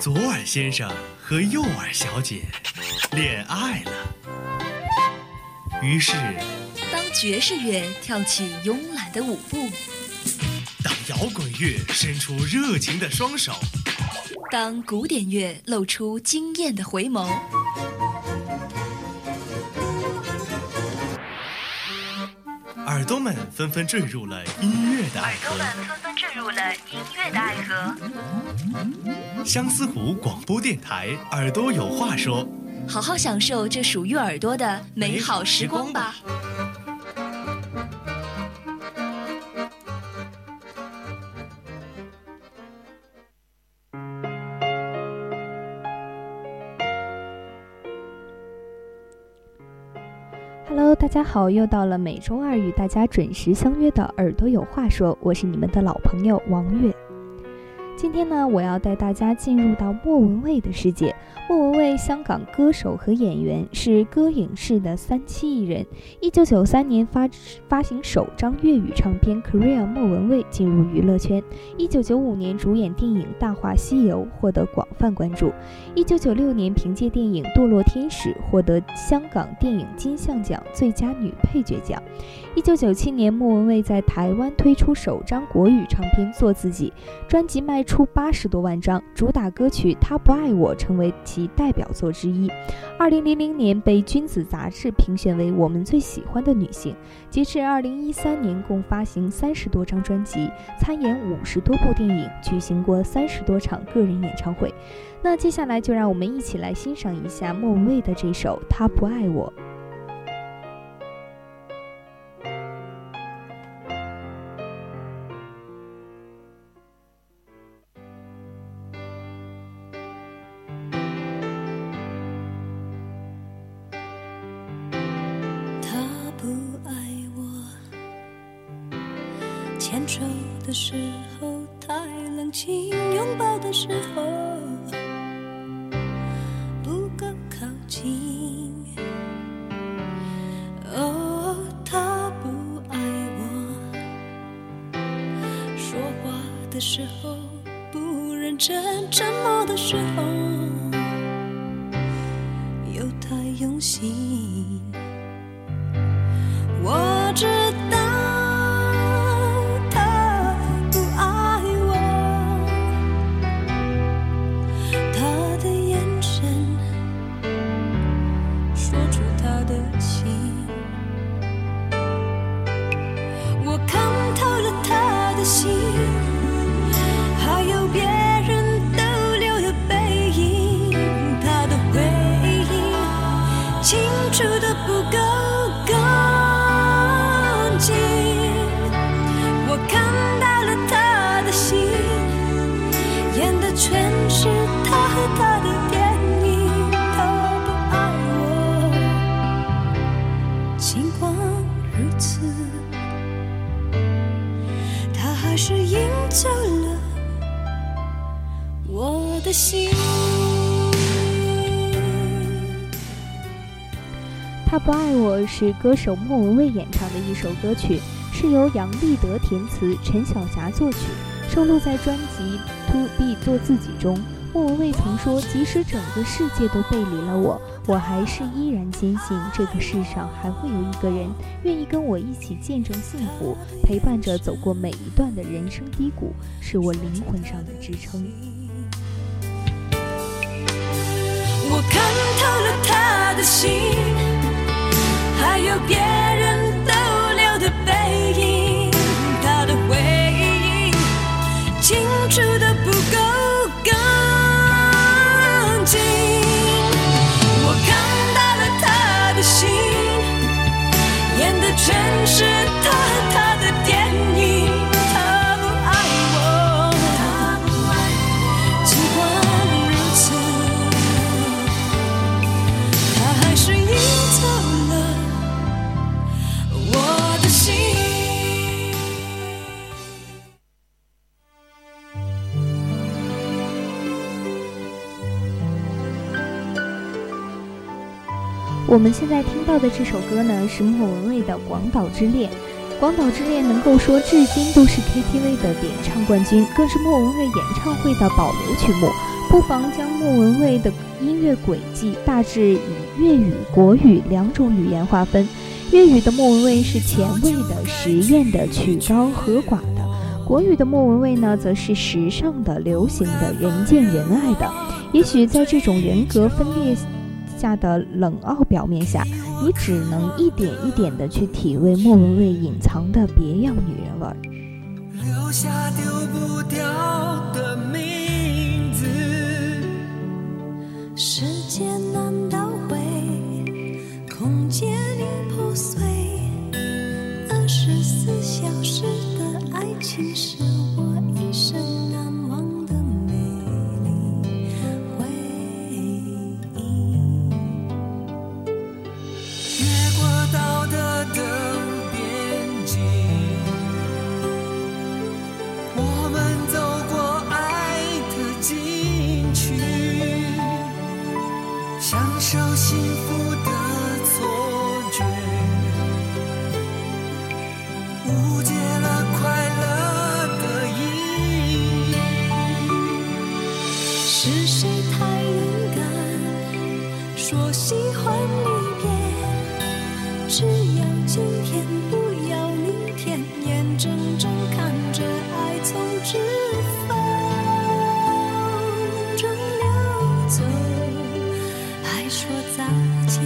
左耳先生和右耳小姐恋爱了。于是， 当爵士乐跳起慵懒的舞步， 当摇滚乐伸出热情的双手， 当古典乐露出惊艳的回眸， 耳朵们纷纷坠入了音乐的爱河。相思湖广播电台，耳朵有话说， 好好享受这属于耳朵的美好时光吧。 Hello， 大家好，又到了每周二与大家准时相约的耳朵有话说，我是你们的老朋友王悦。今天呢，我要带大家进入到莫文蔚的世界。莫文蔚，香港歌手和演员，是歌影视的3栖艺人。1993年发行首张粤语唱片《Career 莫文蔚》进入娱乐圈。1995年主演电影《大话西游》，获得广泛关注。1996年凭借电影《堕落天使》获得香港电影金像奖最佳女配角奖。1997年，莫文蔚在台湾推出首张国语唱片《做自己》，专辑卖出80多万张，主打歌曲《他不爱我》成为其代表作之一。2000年被君子杂志评选为我们最喜欢的女性。截至2013年，共发行30多张专辑，参演50多部电影，举行过30多场个人演唱会。那接下来就让我们一起来欣赏一下莫文蔚的这首《他不爱我》。 牵手的时候太冷清，拥抱的时候不够靠近。哦，他不爱我，说话的时候不认真，沉默的时候又太用心。我知道还有别人逗留的背影，他的回忆清楚的不够干净。我看到了他的心，演的全是他和他的电影。他不爱我，尽管如此，还是赢走了我的心。 他不爱我是歌手莫文蔚演唱的一首歌曲，是由杨立德填词，陈晓霞作曲，收录在专辑《To Be 做自己》中。莫文蔚曾说，即使整个世界都背离了我，我还是依然坚信这个世上还会有一个人愿意跟我一起见证幸福，陪伴着走过每一段的人生低谷，是我灵魂上的支撑。 我看透了他的心，还有别人逗留的背影，他的回忆清楚的不够干净。我看到了他的心，演的全是他和他的电影。他不爱我，尽管如此，他还是赢走了我的心。 我们现在听到的这首歌呢，是莫文蔚的《广岛之恋》。《广岛之恋》能够说至今都是 KTV 的点唱冠军，更是莫文蔚演唱会的保留曲目。 不妨将莫文蔚的音乐轨迹大致以粤语、国语两种语言划分。粤语的莫文蔚是前卫的、实验的、曲高和寡的；国语的莫文蔚呢，则是时尚的、流行的、人见人爱的。也许在这种人格分裂下的冷傲表面下，你只能一点一点地去体味莫文蔚隐藏的别样女人味儿。 留下丢不掉的名字， 时间难倒回，空间已破碎，24小时的爱情是我一生难忘的美丽回忆。 越过道德的边境，我们走过爱的禁区，享受幸福的错觉，误解了快乐的意义。 是谁太勇敢，说喜欢离别，只要今天不要明天，眼睁睁看着爱从指缝中流走，还说再见。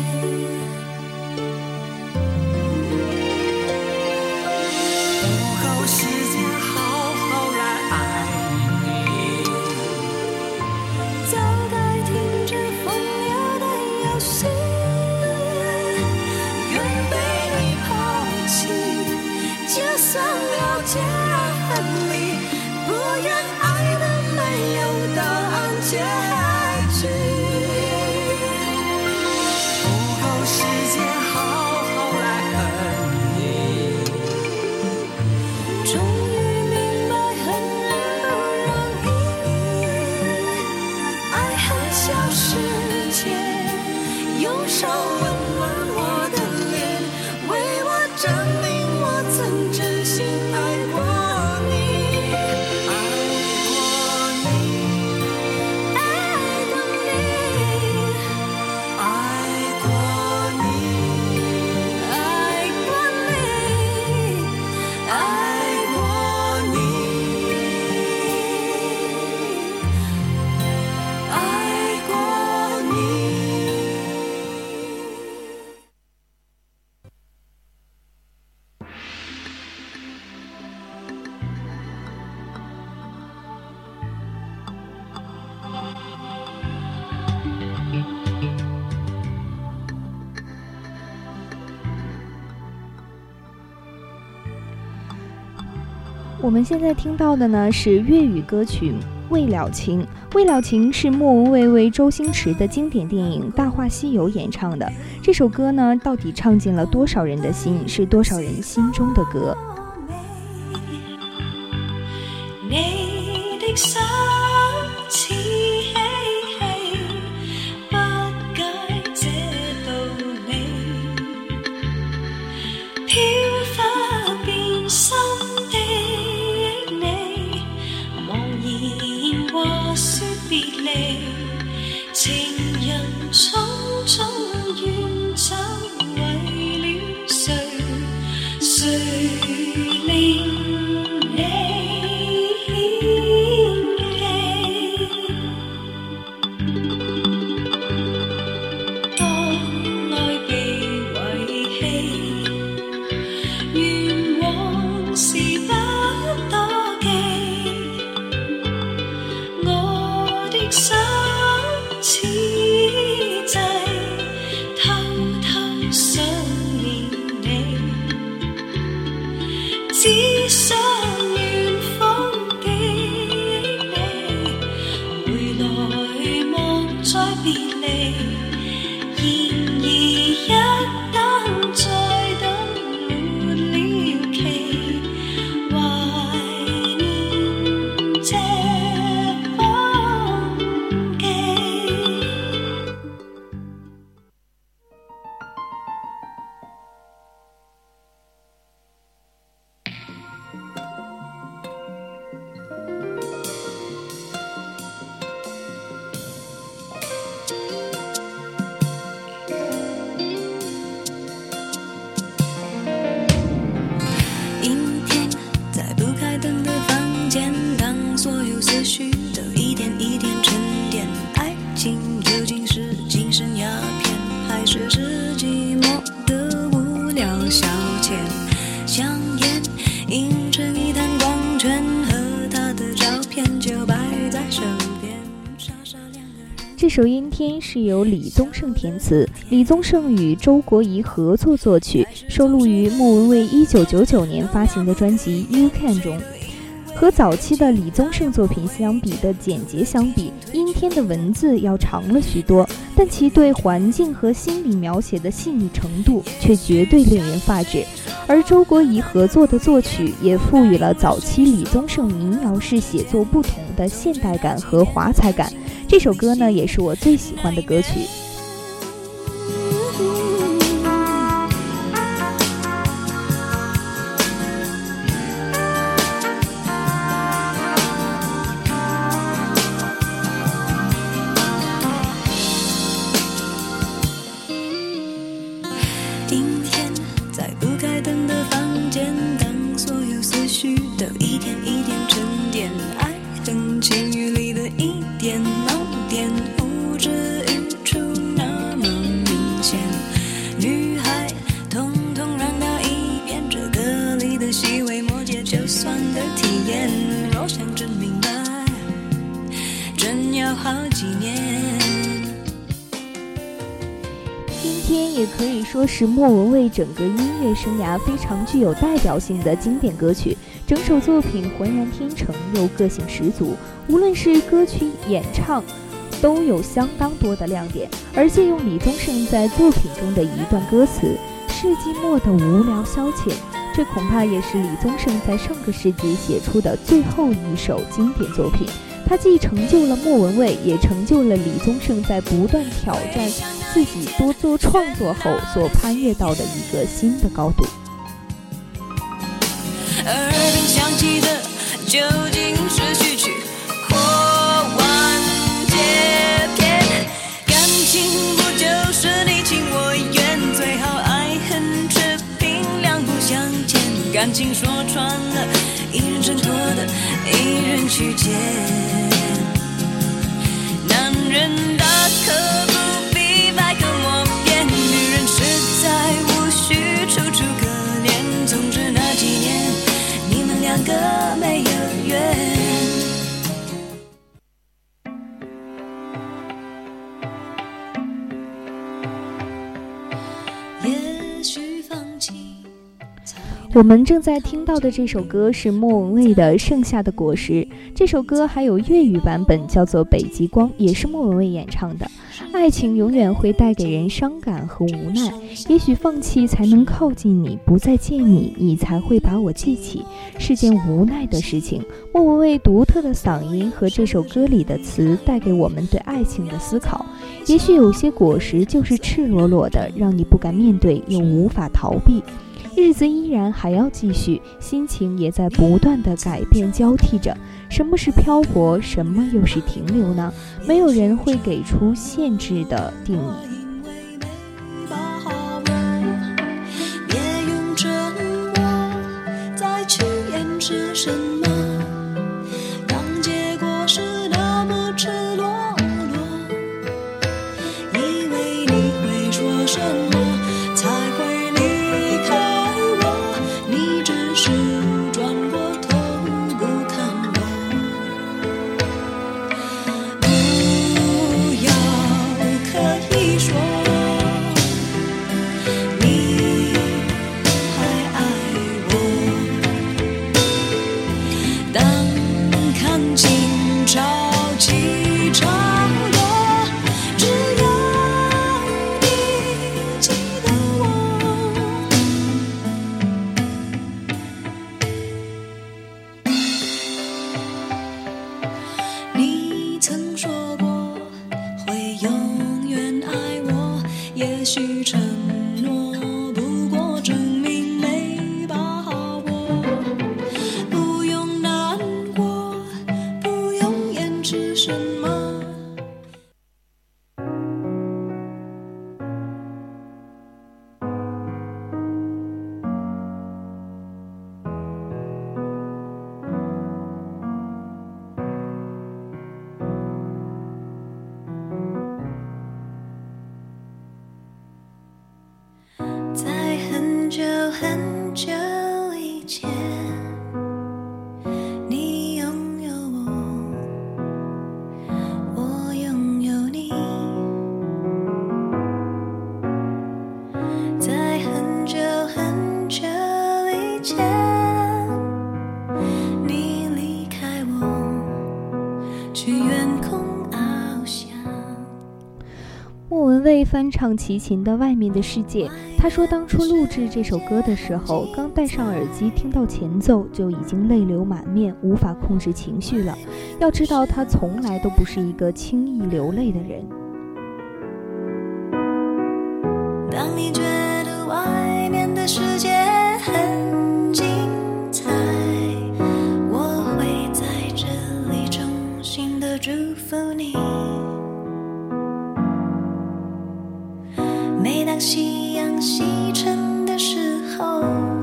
不够时间好好来爱你， 早该停止风流的游戏，愿被你抛弃，就算了解分离，不愿爱的没有答案结局。 不够时间好好来恨你， 终于明白恨人不容易，爱恨消失前，用手温暖我的脸，为我证明我曾真心爱过你， 爱过你， 爱过你， 爱过你， 爱过你， 爱过你，爱过你。 我们现在听到的呢是粤语歌曲《未了情》。《未了情》是莫文蔚为周星驰的经典电影《大话西游》演唱的。这首歌呢，到底唱进了多少人的心，是多少人心中的歌。 你的心似嬉戲，不解這道理，飄忽變心的你，茫然話說別離，情人匆匆遠走，為了誰？誰令你只想遠方的你，回來莫再別離。然而一旦再等沒了期，懷念這風景。 消遣，香烟映成一滩光圈，和他的照片就摆在手边，傻傻两个人。 这首《阴天》是由李宗盛填词，李宗盛与周国仪合作作曲，收录于莫文蔚1999年发行的专辑《You Can》中。和早期的李宗盛作品相比的简洁相比，《阴天》的文字要长了许多，但其对环境和心理描写的细腻程度却绝对令人发指。而周国仪合作的作曲也赋予了早期李宗盛民谣式写作不同的现代感和华彩感。这首歌呢，也是我最喜欢的歌曲。 阴天，在不开灯的房间，当所有思绪都一点一点沉淀，爱等晴雨里的一点盲点，呼之欲出那么明显。女孩统统让到一边，这歌里的细微末节就算的体验，若想真明白，真要好几年。 阴天也可以说是莫文蔚整个音乐生涯非常具有代表性的经典歌曲，整首作品浑然天成又个性十足，无论是歌曲演唱都有相当多的亮点。而借用李宗盛在作品中的一段歌词，世纪末的无聊消遣，这恐怕也是李宗盛在上个世纪写出的最后一首经典作品。它既成就了莫文蔚，也成就了李宗盛在不断挑战自己多做创作后所攀越到的一个新的高度。 耳边响起的究竟是序曲或完结篇？感情不就是你情我愿，最好爱恨持平，两不相欠。感情说穿了，一人挣脱的，一人去捡。男人大可不必百口莫辩，女人实在无需楚楚可怜。总之那几年，你们两个没有缘。也许放弃。 我们正在听到的这首歌是莫文蔚的《盛夏的果实》，这首歌还有粤语版本叫做《北极光》，也是莫文蔚演唱的。爱情永远会带给人伤感和无奈，也许放弃才能靠近你，不再见你，你才会把我记起，是件无奈的事情。莫文蔚独特的嗓音和这首歌里的词带给我们对爱情的思考。也许有些果实就是赤裸裸的，让你不敢面对，又无法逃避。日子依然还要继续，心情也在不断的改变交替着。什么是漂泊，什么又是停留呢？没有人会给出限制的定义。 别用沉默再去掩饰什么，让结果是那么赤裸裸。以为你会说什么才会离开我，你只是转过头不看我。不要刻意说翻唱齐秦的《外面的世界》。他说当初录制这首歌的时候，刚戴上耳机听到前奏就已经泪流满面，无法控制情绪了。要知道他从来都不是一个轻易流泪的人。 当你觉得外面的世界很精彩，我会在这里衷心的祝福你。每当夕阳西沉的时候，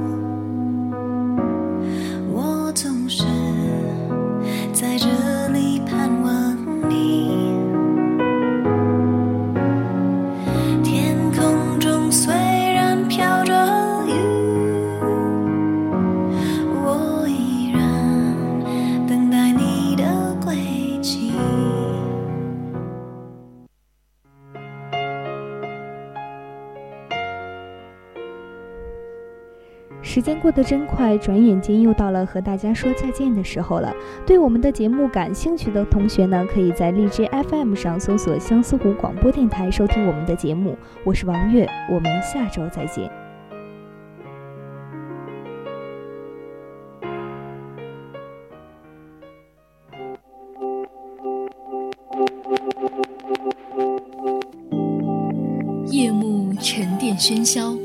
我总是在这里盼望你。天空中虽然飘着雨，我依然等待你的归期。 时间过得真快，转眼间又到了和大家说再见的时候了。对我们的节目感兴趣的同学呢，可以在荔枝 FM 上搜索相思湖广播电台收听我们的节目。我是王悦，我们下周再见。 夜幕沉淀喧嚣，